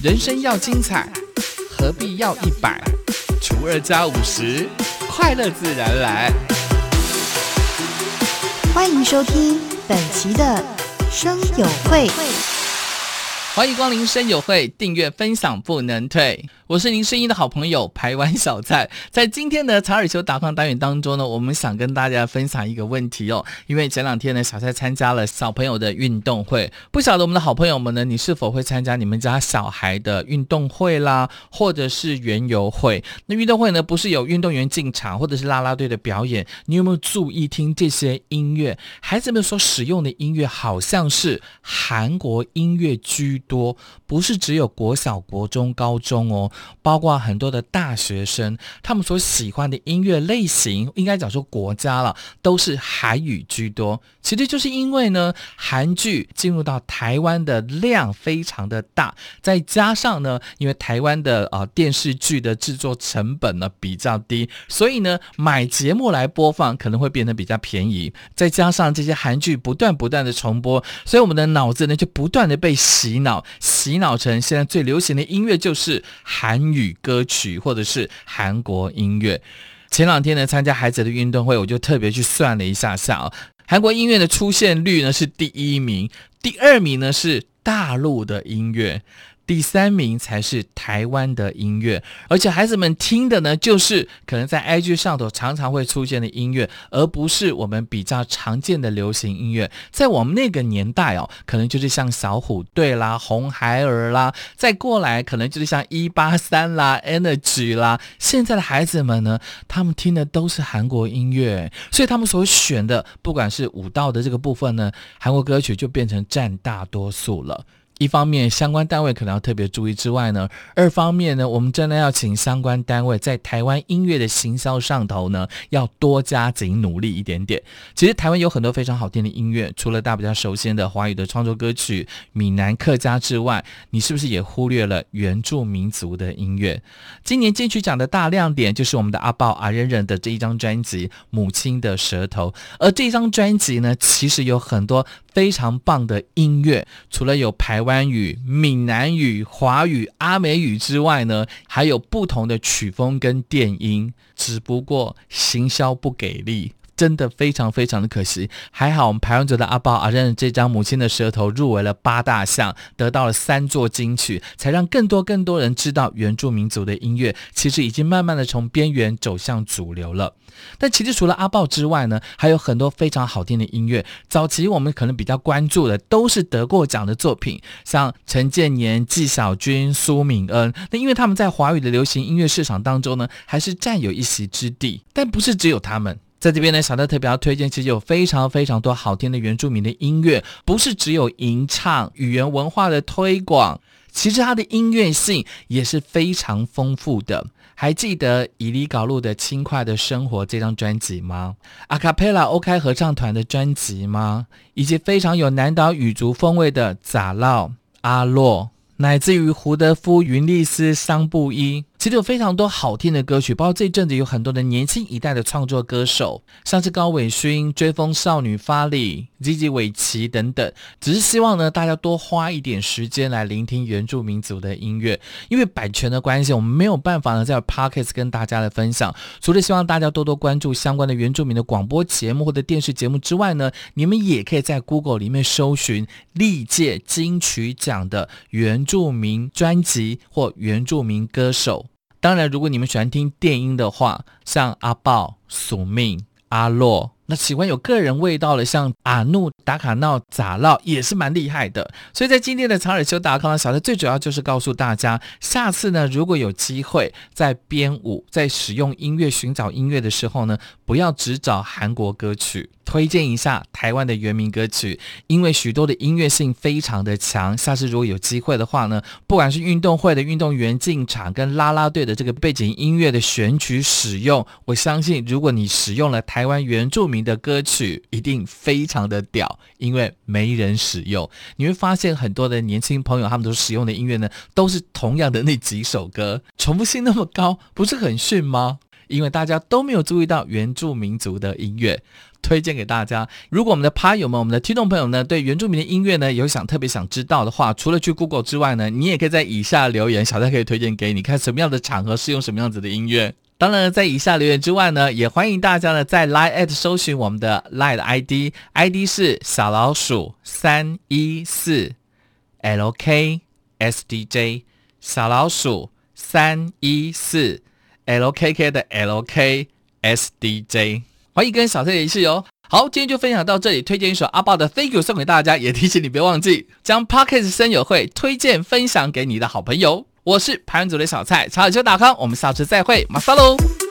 人生要精彩，何必要100除2加50，快乐自然来。 欢迎收听本期的声友会， 欢迎光临声友会，订阅分享不能退。我是您声音的好朋友排湾小菜。在今天的查尔修达康单元当中呢，我们想跟大家分享一个问题哦。因为前2天呢，小菜参加了小朋友的运动会，不晓得我们的好朋友们呢，你是否会参加你们家小孩的运动会啦，或者是园游会？那运动会呢，不是有运动员进场，或者是啦啦队的表演，你有没有注意听这些音乐？孩子们所使用的音乐好像是韩国音乐居多，不是只有国小、国中、高中哦，包括很多的大学生，他们所喜欢的音乐类型，应该讲说国家了，都是韩语居多。其实就是因为呢，韩剧进入到台湾的量非常的大，再加上呢，因为台湾的电视剧的制作成本呢比较低，所以呢买节目来播放可能会变得比较便宜，再加上这些韩剧不断的重播，所以我们的脑子呢就不断的被洗脑成现在最流行的音乐就是韩语歌曲或者是韩国音乐。前2天呢参加孩子的运动会，我就特别去算了一下韩国音乐的出现率呢是第1名，第2名呢是大陆的音乐，第3名才是台湾的音乐。而且孩子们听的呢，就是可能在 IG 上头常常会出现的音乐，而不是我们比较常见的流行音乐。在我们那个年代可能就是像小虎队啦、红孩儿啦，再过来可能就是像183啦、Energy 啦。现在的孩子们呢，他们听的都是韩国音乐，所以他们所选的不管是舞蹈的这个部分呢，韩国歌曲就变成占大多数了。一方面相关单位可能要特别注意之外呢，2方面呢，我们真的要请相关单位在台湾音乐的行销上头呢，要多加紧努力一点点。其实台湾有很多非常好听的音乐，除了大家比较熟悉的华语的创作歌曲、闽南客家之外，你是不是也忽略了原住民族的音乐？今年金曲奖的大亮点就是我们的阿爆阿忍忍的这一张专辑《母亲的舌头》，而这张专辑呢，其实有很多非常棒的音乐，除了有台湾语、闽南语、华语、阿美语之外呢，还有不同的曲风跟电音，只不过行销不给力，真的非常的可惜。还好我们排湾族的阿爆阿忍这张母亲的舌头入围了8大项，得到了3座金曲，才让更多人知道原住民族的音乐其实已经慢慢的从边缘走向主流了。但其实除了阿爆之外呢，还有很多非常好听的音乐，早期我们可能比较关注的都是得过奖的作品，像陈建年、纪晓君、苏敏恩，那因为他们在华语的流行音乐市场当中呢，还是占有一席之地。但不是只有他们，在这边呢，小特特别要推荐，其实有非常多好听的原住民的音乐，不是只有吟唱、语言文化的推广，其实它的音乐性也是非常丰富的。还记得以里搞路的《轻快的生活》这张专辑吗？阿卡贝拉 OK 合唱团的专辑吗？以及非常有南岛语族风味的咋唠、阿洛，乃至于胡德夫、云丽丝、桑布伊，其实有非常多好听的歌曲，包括这阵子有很多的年轻一代的创作歌手，像是高伟勋、追风少女发力、Gigi 韦奇等等。只是希望呢，大家多花一点时间来聆听原住民族的音乐，因为版权的关系，我们没有办法呢在 Podcast 跟大家的分享。除了希望大家多关注相关的原住民的广播节目或者电视节目之外呢，你们也可以在 Google 里面搜寻历届金曲奖的原住民专辑或原住民歌手。当然如果你们喜欢听电音的话，像阿爆、宿命、阿洛，那喜欢有个人味道的像阿怒、达卡闹、咋唠也是蛮厉害的。所以在今天的查尔修达康小的最主要就是告诉大家，下次呢如果有机会在编舞、在使用音乐、寻找音乐的时候呢，不要只找韩国歌曲，推荐一下台湾的原民歌曲，因为许多的音乐性非常的强。下次如果有机会的话呢，不管是运动会的运动员进场跟啦啦队的这个背景音乐的选曲使用，我相信如果你使用了台湾原住民的歌曲，一定非常的屌，因为没人使用。你会发现很多的年轻朋友他们都使用的音乐呢，都是同样的那几首歌，重复性那么高，不是很逊吗？ 因为大家都没有注意到原住民族的音乐，推荐给大家。如果我们的趴友们、我们的听众朋友呢，对原住民的音乐呢有特别想知道的话，除了去 Google 之外呢，你也可以在以下留言，小蔡可以推荐给你，看什么样的场合适用什么样子的音乐。当然在以下留言之外呢，也欢迎大家呢在 Line@ 搜寻我们的 Line 的 ID 是小老鼠314 LKSDJ， 小老鼠314 LKK 的 LKSDJ， 欢迎跟小蔡联系哦。好，今天就分享到这里，推荐一首阿爆的 Thank You 送给大家，也提醒你别忘记将 Podcast 声友会推荐分享给你的好朋友。我是排湾族的小蔡，茶水间.com，我们下次再会，马萨喽。